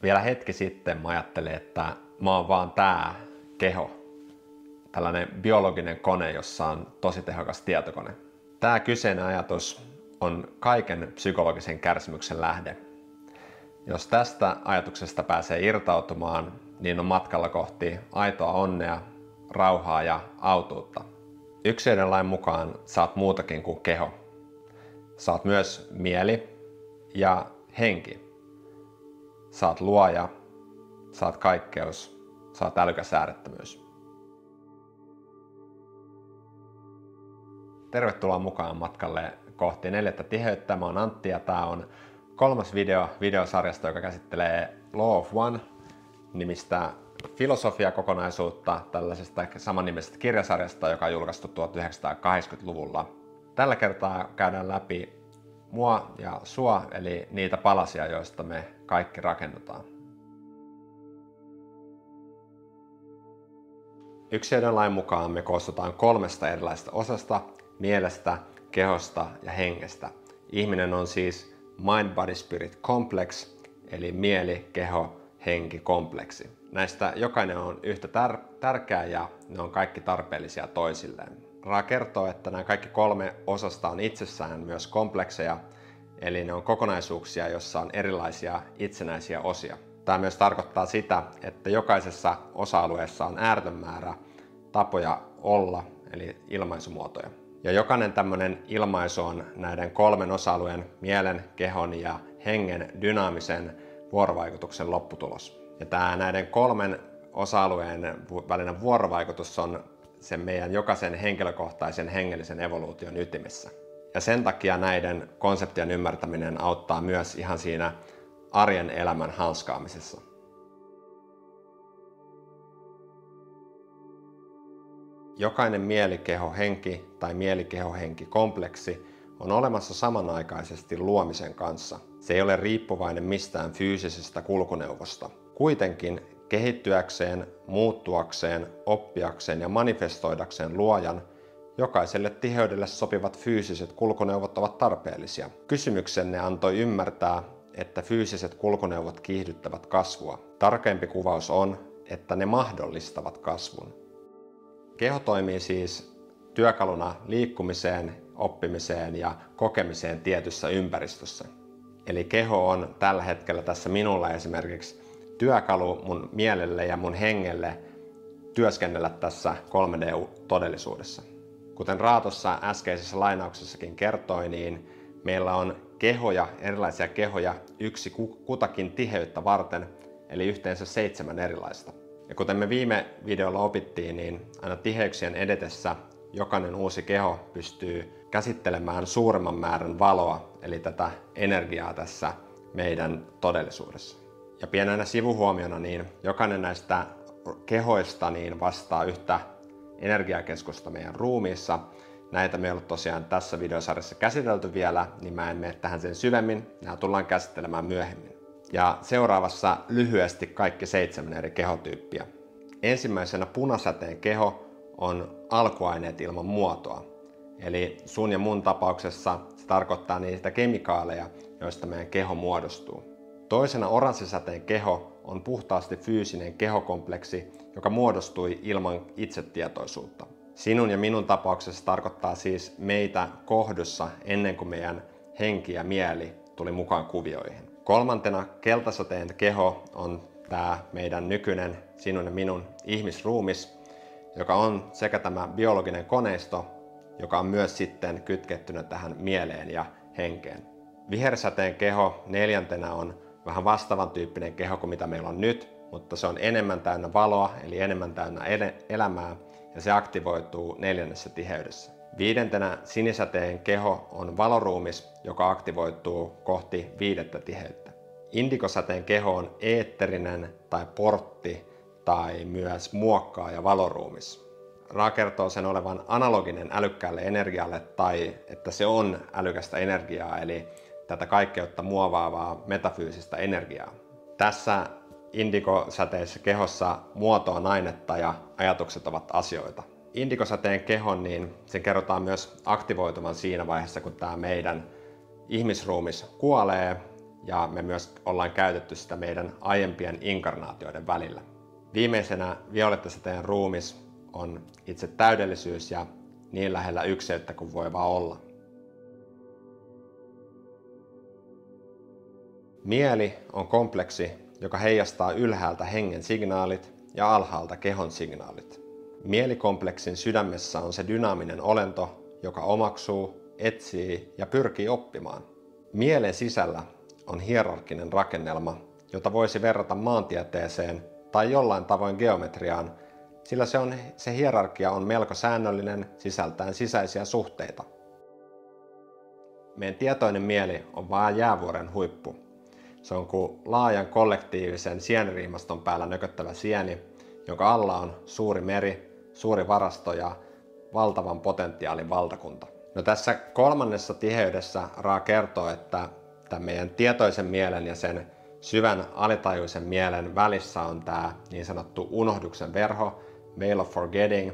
Vielä hetki sitten mä ajattelin, että mä oon vaan tää keho. Tällainen biologinen kone, jossa on tosi tehokas tietokone. Tää kyseinen ajatus on kaiken psykologisen kärsimyksen lähde. Jos tästä ajatuksesta pääsee irtautumaan, niin on matkalla kohti aitoa onnea, rauhaa ja autuutta. Yksilöiden lain mukaan sä oot muutakin kuin keho. Sä oot myös mieli ja henki. Sä oot luoja, sä oot kaikkeus, sä oot älykäs äärettömyys. Tervetuloa mukaan matkalle kohti 4. tiheyttä. Mä oon Antti ja tää on 3. video videosarjasta, joka käsittelee Law of One nimistä filosofiakokonaisuutta tällaisesta samannimisestä kirjasarjasta, joka on julkaistu 1980-luvulla. Tällä kertaa käydään läpi mua ja sua, eli niitä palasia, joista me kaikki rakennutaan. Yksilöiden lain mukaan me koostutaan 3 erilaisesta osasta: mielestä, kehosta ja hengestä. Ihminen on siis mind, body, spirit complex, eli mieli, keho, henki, kompleksi. Näistä jokainen on yhtä tärkeä ja ne on kaikki tarpeellisia toisilleen. Ra kertoo, että nämä kaikki 3 osasta on itsessään myös komplekseja, eli ne on kokonaisuuksia, joissa on erilaisia itsenäisiä osia. Tämä myös tarkoittaa sitä, että jokaisessa osa-alueessa on ääretön määrä tapoja olla, eli ilmaisumuotoja. Ja jokainen tämmöinen ilmaisu on näiden 3 osa-alueen, mielen, kehon ja hengen dynaamisen vuorovaikutuksen lopputulos. Ja näiden 3 osa-alueen välinen vuorovaikutus on sen meidän jokaisen henkilökohtaisen hengellisen evoluution ytimessä. Ja sen takia näiden konseptien ymmärtäminen auttaa myös ihan siinä arjen elämän hanskaamisessa. Jokainen mielikeho-henki tai mielikeho-henki-kompleksi on olemassa samanaikaisesti luomisen kanssa. Se ei ole riippuvainen mistään fyysisestä kulkuneuvosta. Kuitenkin kehittyäkseen, muuttuakseen, oppiakseen ja manifestoidakseen luojan, jokaiselle tiheydelle sopivat fyysiset kulkuneuvot ovat tarpeellisia. Kysymyksenne antoi ymmärtää, että fyysiset kulkuneuvot kiihdyttävät kasvua. Tarkempi kuvaus on, että ne mahdollistavat kasvun. Keho toimii siis työkaluna liikkumiseen, oppimiseen ja kokemiseen tietyssä ympäristössä. Eli keho on tällä hetkellä tässä minulla esimerkiksi työkalu mun mielelle ja mun hengelle työskennellä tässä 3D-todellisuudessa. Kuten Raatossa äskeisessä lainauksessakin kertoi, niin meillä on kehoja, erilaisia kehoja, yksi kutakin tiheyttä varten, eli yhteensä 7 erilaista. Ja kuten me viime videolla opittiin, niin aina tiheyksien edetessä jokainen uusi keho pystyy käsittelemään suuremman määrän valoa, eli tätä energiaa tässä meidän todellisuudessa. Ja pienenä sivuhuomiona, niin jokainen näistä kehoista niin vastaa yhtä energiakeskusta meidän ruumiissa. Näitä me ei ole tosiaan tässä videosarjassa käsitelty vielä, niin mä en mene tähän sen syvemmin. Nämä tullaan käsittelemään myöhemmin. Ja seuraavassa lyhyesti kaikki 7 eri kehotyyppiä. Ensimmäisenä punasäteen keho on alkuaineet ilman muotoa. Eli sun ja mun tapauksessa se tarkoittaa niitä kemikaaleja, joista meidän keho muodostuu. Toisena oranssisäteen keho on puhtaasti fyysinen kehokompleksi, joka muodostui ilman itsetietoisuutta. Sinun ja minun tapauksessa tarkoittaa siis meitä kohdussa ennen kuin meidän henki ja mieli tuli mukaan kuvioihin. Kolmantena keltaisäteen keho on tämä meidän nykyinen sinun ja minun ihmisruumis, joka on sekä tämä biologinen koneisto, joka on myös sitten kytkettynyt tähän mieleen ja henkeen. Vihersäteen keho 4. on vähän vastaavan tyyppinen keho kuin mitä meillä on nyt, mutta se on enemmän täynnä valoa, eli enemmän täynnä elämää, ja se aktivoituu 4. tiheydessä. 5. sinisäteen keho on valoruumis, joka aktivoituu kohti 5. tiheyttä. Indikosäteen keho on eetterinen tai portti tai myös muokkaaja valoruumis. Ra kertoo sen olevan analoginen älykkäälle energialle tai että se on älykästä energiaa, eli tätä kaikkeutta muovaavaa metafyysistä energiaa. Tässä indikosäteisessä kehossa muoto on ainetta ja ajatukset ovat asioita. Indikosäteen kehon, niin sen kerrotaan myös aktivoituvan siinä vaiheessa, kun tämä meidän ihmisruumis kuolee ja me myös ollaan käytetty sitä meidän aiempien inkarnaatioiden välillä. Viimeisenä violettisateen ruumis on itse täydellisyys ja niin lähellä ykseyttä kuin voi vaan olla. Mieli on kompleksi, joka heijastaa ylhäältä hengen signaalit ja alhaalta kehon signaalit. Mielikompleksin sydämessä on se dynaaminen olento, joka omaksuu, etsii ja pyrkii oppimaan. Mielen sisällä on hierarkkinen rakennelma, jota voisi verrata maantieteeseen tai jollain tavoin geometriaan, sillä se hierarkia on melko säännöllinen sisältäen sisäisiä suhteita. Meidän tietoinen mieli on vain jäävuoren huippu. Se on kuin laajan kollektiivisen sieniriimaston päällä nököttävä sieni, jonka alla on suuri meri, suuri varasto ja valtavan potentiaalin valtakunta. No tässä kolmannessa tiheydessä Ra kertoo, että tämän meidän tietoisen mielen ja sen syvän alitajuisen mielen välissä on tämä niin sanottu unohduksen verho, veil of forgetting,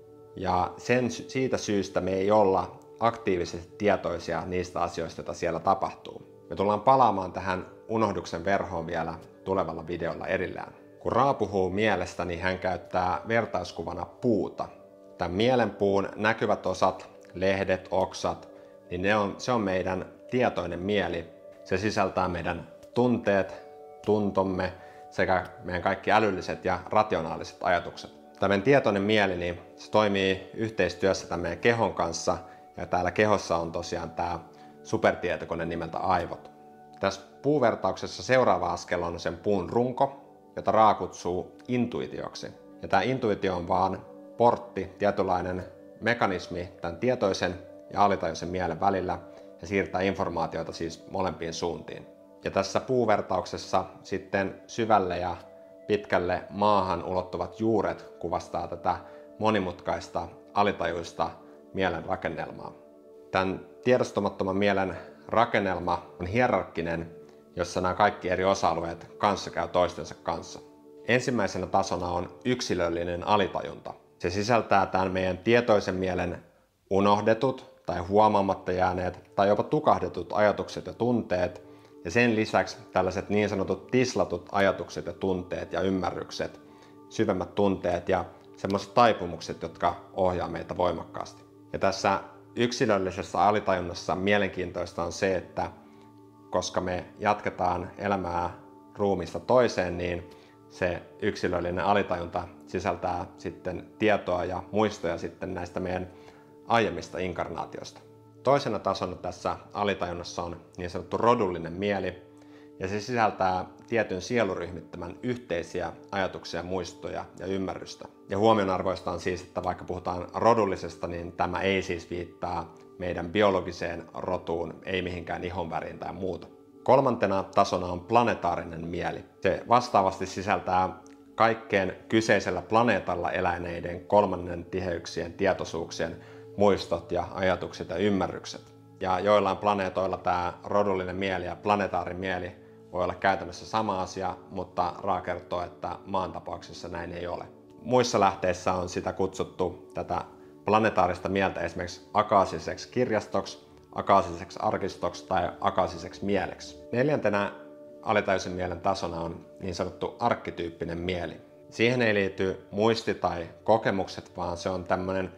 ja siitä syystä me ei olla aktiivisesti tietoisia niistä asioista, joita siellä tapahtuu. Me tullaan palaamaan tähän unohduksen verhoon vielä tulevalla videolla erillään. Kun Ra puhuu mielestä, niin hän käyttää vertauskuvana puuta. Tämän mielenpuun näkyvät osat, lehdet, oksat, niin se on meidän tietoinen mieli. Se sisältää meidän tunteet, tuntomme sekä meidän kaikki älylliset ja rationaaliset ajatukset. Tämä meidän tietoinen mieli, niin se toimii yhteistyössä tämän meidän kehon kanssa, ja täällä kehossa on tosiaan tämä supertietokone nimeltä aivot. Tässä puuvertauksessa seuraava askel on sen puun runko, jota Ra kutsuu intuitioksi. Ja tämä intuitio on vaan portti, tietynlainen mekanismi tämän tietoisen ja alitajuisen mielen välillä ja siirtää informaatiota siis molempiin suuntiin. Ja tässä puuvertauksessa sitten syvälle ja pitkälle maahan ulottuvat juuret kuvastaa tätä monimutkaista alitajuista mielen rakennelmaa. Tämän tiedostamattoman mielen rakennelma on hierarkkinen, jossa nämä kaikki eri osa-alueet kanssakäy toistensa kanssa. Ensimmäisenä tasona on yksilöllinen alitajunta. Se sisältää tämän meidän tietoisen mielen unohdetut tai huomaamatta jääneet tai jopa tukahdetut ajatukset ja tunteet, ja sen lisäksi tällaiset niin sanotut tislatut ajatukset ja tunteet ja ymmärrykset, syvemmät tunteet ja semmoiset taipumukset, jotka ohjaa meitä voimakkaasti. Ja tässä yksilöllisessä alitajunnassa mielenkiintoista on se, että koska me jatketaan elämää ruumista toiseen, niin se yksilöllinen alitajunta sisältää sitten tietoa ja muistoja sitten näistä meidän aiemmista inkarnaatioista. Toisena tasona tässä alitajunnassa on niin sanottu rodullinen mieli, ja se sisältää tietyn sieluryhmittämän yhteisiä ajatuksia, muistoja ja ymmärrystä. Ja huomionarvoista on siis, että vaikka puhutaan rodullisesta, niin tämä ei siis viittaa meidän biologiseen rotuun, ei mihinkään ihonväriin tai muuta. Kolmantena tasona on planetaarinen mieli. Se vastaavasti sisältää kaikkeen kyseisellä planeetalla eläneiden kolmannen tiheyksien tietoisuuksien muistot ja ajatukset ja ymmärrykset. Ja joillain planeetoilla tämä rodullinen mieli ja planetaarinen mieli voi olla käytännössä sama asia, mutta Ra kertoo, että maan tapauksessa näin ei ole. Muissa lähteissä on sitä kutsuttu tätä planetaarista mieltä esimerkiksi akaasiseksi kirjastoksi, akaasiseksi arkistoksi tai akaasiseksi mieleksi. Neljäntenä alitajuisen mielen tasona on niin sanottu arkkityyppinen mieli. Siihen ei liity muisti tai kokemukset, vaan se on tämmöinen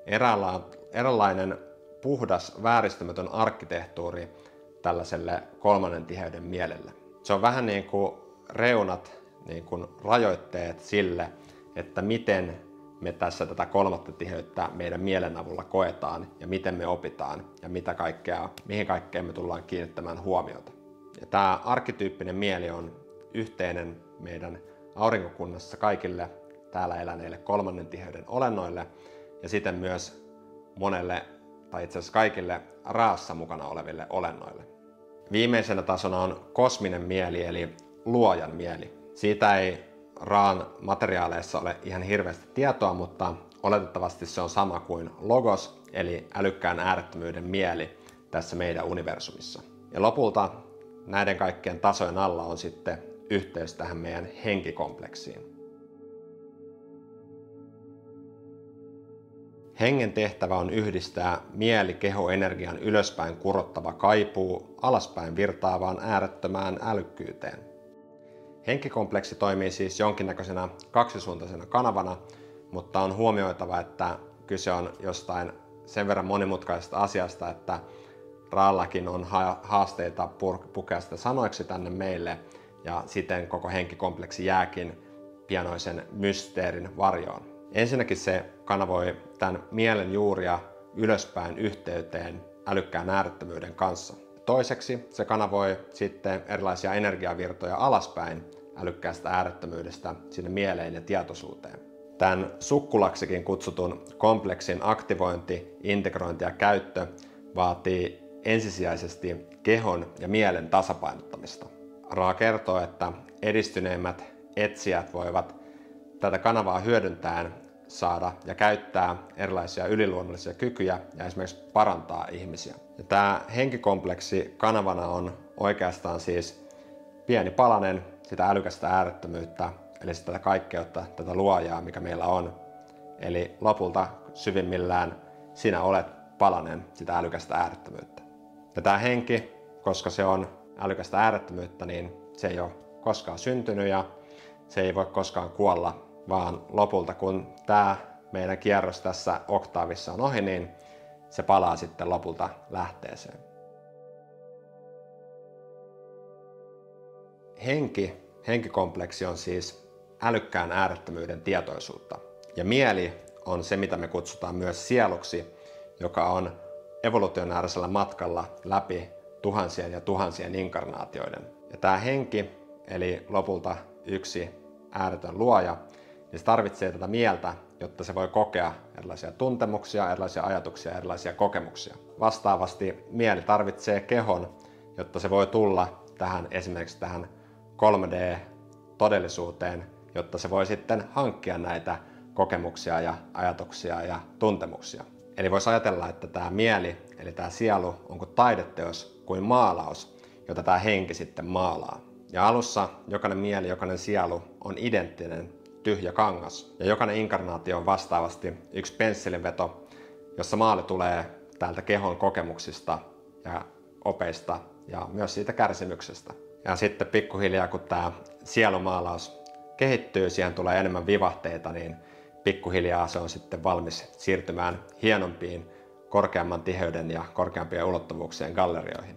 eräänlainen puhdas, vääristymätön arkkitehtuuri tällaiselle kolmannen tiheyden mielelle. Se on vähän niin kuin reunat, niin kuin rajoitteet sille, että miten me tässä tätä kolmatta tiheyttä meidän mielen avulla koetaan ja miten me opitaan ja mihin kaikkeen me tullaan kiinnittämään huomiota. Ja tämä arkkityyppinen mieli on yhteinen meidän aurinkokunnassa kaikille täällä eläneille kolmannen tiheyden olennoille ja siten myös monelle tai itse asiassa kaikille Raassa mukana oleville olennoille. Viimeisenä tasona on kosminen mieli eli luojan mieli. Siitä ei Raan materiaaleissa ole ihan hirveästi tietoa, mutta oletettavasti se on sama kuin logos eli älykkään äärettömyyden mieli tässä meidän universumissa. Ja lopulta näiden kaikkien tasojen alla on sitten yhteys tähän meidän henkikompleksiin. Hengen tehtävä on yhdistää mieli-keho-energian ylöspäin kurottava kaipuu alaspäin virtaavaan äärettömään älykkyyteen. Henkikompleksi toimii siis jonkinnäköisenä kaksisuuntaisena kanavana, mutta on huomioitava, että kyse on jostain sen verran monimutkaisesta asiasta, että Raallakin on haasteita pukea sitä sanoiksi tänne meille, ja siten koko henkikompleksi jääkin pienoisen mysteerin varjoon. Ensinnäkin se kanavoi tämän mielen juuria ylöspäin yhteyteen älykkään äärettömyyden kanssa. Toiseksi se kanavoi sitten erilaisia energiavirtoja alaspäin älykkäästä äärettömyydestä sinne mieleen ja tietoisuuteen. Tämän sukkulaksikin kutsutun kompleksin aktivointi, integrointi ja käyttö vaatii ensisijaisesti kehon ja mielen tasapainottamista. Ra kertoo, että edistyneimmät etsijät voivat tätä kanavaa hyödyntäen saada ja käyttää erilaisia yliluonnollisia kykyjä ja esimerkiksi parantaa ihmisiä. Ja tämä henkikompleksi kanavana on oikeastaan siis pieni palanen sitä älykästä äärettömyyttä, eli sitä kaikkeutta, tätä luojaa, mikä meillä on. Eli lopulta syvimmillään sinä olet palanen sitä älykästä äärettömyyttä. Ja tämä henki, koska se on älykästä äärettömyyttä, niin se ei ole koskaan syntynyt ja se ei voi koskaan kuolla, vaan lopulta kun tämä meidän kierros tässä oktaavissa on ohi, niin se palaa sitten lopulta lähteeseen. Henkikompleksi on siis älykkään äärettömyyden tietoisuutta. Ja mieli on se, mitä me kutsutaan myös sieluksi, joka on evolutionäärisellä matkalla läpi tuhansien ja tuhansien inkarnaatioiden. Ja tämä henki, eli lopulta yksi ääretön luoja, niin se tarvitsee tätä mieltä, jotta se voi kokea erilaisia tuntemuksia, erilaisia ajatuksia, erilaisia kokemuksia. Vastaavasti mieli tarvitsee kehon, jotta se voi tulla esimerkiksi tähän 3D-todellisuuteen, jotta se voi sitten hankkia näitä kokemuksia ja ajatuksia ja tuntemuksia. Eli voisi ajatella, että tämä mieli, eli tämä sielu, on kuin taideteos, kuin maalaus, jota tämä henki sitten maalaa. Ja alussa jokainen mieli, jokainen sielu on identtinen, tyhjä kangas. Ja jokainen inkarnaatio on vastaavasti yksi pensselinveto, jossa maali tulee täältä kehon kokemuksista ja opeista ja myös siitä kärsimyksestä. Ja sitten pikkuhiljaa, kun tämä sielumaalaus kehittyy, siihen tulee enemmän vivahteita, niin pikkuhiljaa se on sitten valmis siirtymään hienompiin, korkeamman tiheyden ja korkeampien ulottuvuuksien gallerioihin.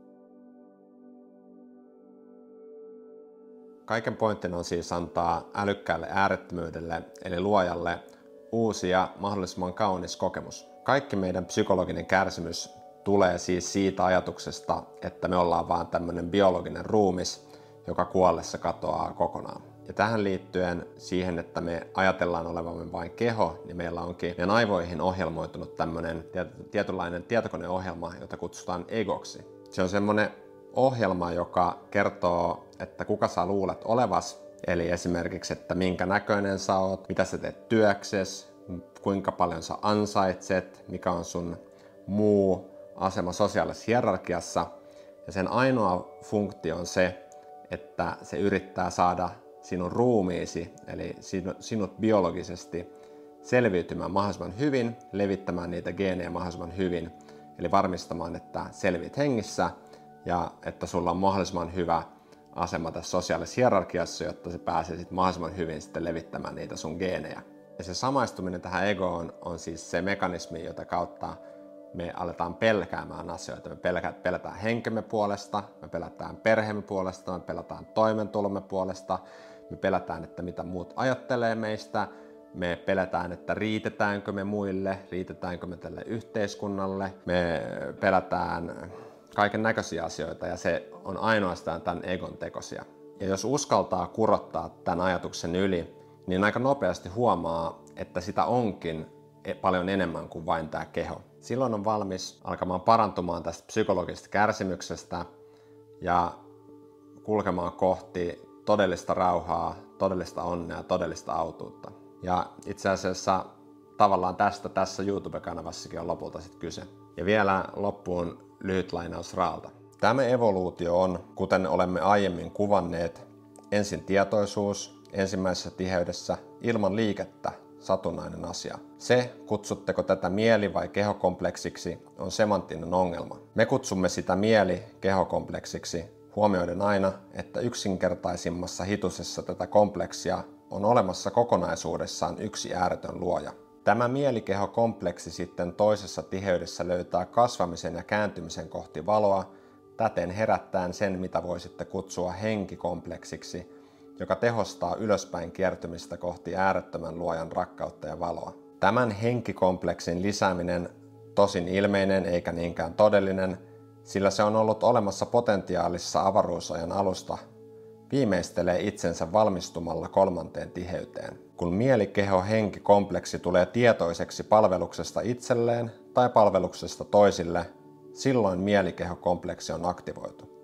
Kaiken pointtina on siis antaa älykkäälle äärettömyydelle eli luojalle uusi ja mahdollisimman kaunis kokemus. Kaikki meidän psykologinen kärsimys tulee siis siitä ajatuksesta, että me ollaan vaan tämmöinen biologinen ruumis, joka kuollessa katoaa kokonaan. Ja tähän liittyen siihen, että me ajatellaan olevamme vain keho, niin meillä onkin meidän aivoihin ohjelmoitunut tämmöinen tietynlainen tietokoneohjelma, jota kutsutaan egoksi. Se on semmoinen ohjelma, joka kertoo, että kuka sä luulet olevas, eli esimerkiksi, että minkä näköinen sä oot, mitä sä teet työksesi, kuinka paljon sä ansaitset, mikä on sun muu asema sosiaalisessa hierarkiassa. Ja sen ainoa funktio on se, että se yrittää saada sinun ruumiisi, eli sinut biologisesti selviytymään mahdollisimman hyvin, levittämään niitä geenejä mahdollisimman hyvin, eli varmistamaan, että selviät hengissä ja että sulla on mahdollisimman hyvä asema tässä sosiaalisessa hierarkiassa, jotta se pääsee sitten mahdollisimman hyvin sitten levittämään niitä sun geenejä. Ja se samaistuminen tähän egoon on siis se mekanismi, jota kautta me aletaan pelkäämään asioita. Me pelätään henkemme puolesta, me pelätään perheemme puolesta, me pelätään toimeentulomme puolesta, me pelätään, että mitä muut ajattelee meistä, me pelätään, että riitetäänkö me muille, riitetäänkö me tälle yhteiskunnalle, me pelätään kaiken näköisiä asioita ja se on ainoastaan tämän egon tekosia. Ja jos uskaltaa kurottaa tämän ajatuksen yli, niin aika nopeasti huomaa, että sitä onkin paljon enemmän kuin vain tämä keho. Silloin on valmis alkamaan parantumaan tästä psykologisesta kärsimyksestä ja kulkemaan kohti todellista rauhaa, todellista onnea, todellista autuutta. Ja itse asiassa tavallaan tästä tässä YouTube-kanavassakin on lopulta sitten kyse. Ja vielä loppuun lyhyt lainaus Raalta. Tämä evoluutio on, kuten olemme aiemmin kuvanneet, ensin tietoisuus ensimmäisessä tiheydessä ilman liikettä, satunnainen asia. Se, kutsutteko tätä mieli- vai kehokompleksiksi, on semanttinen ongelma. Me kutsumme sitä mieli-kehokompleksiksi huomioiden aina, että yksinkertaisimmassa hitusessa tätä kompleksia on olemassa kokonaisuudessaan yksi ääretön luoja. Tämä mielikehokompleksi sitten toisessa tiheydessä löytää kasvamisen ja kääntymisen kohti valoa, täten herättäen sen, mitä voisitte kutsua henkikompleksiksi, joka tehostaa ylöspäin kiertymistä kohti äärettömän luojan rakkautta ja valoa. Tämän henkikompleksin lisääminen, tosin ilmeinen eikä niinkään todellinen, sillä se on ollut olemassa potentiaalissa avaruusajan alusta, viimeistelee itsensä valmistumalla 3. tiheyteen. Kun mieli-keho-henki-kompleksi tulee tietoiseksi palveluksesta itselleen tai palveluksesta toisille, silloin mieli-keho-kompleksi on aktivoitu.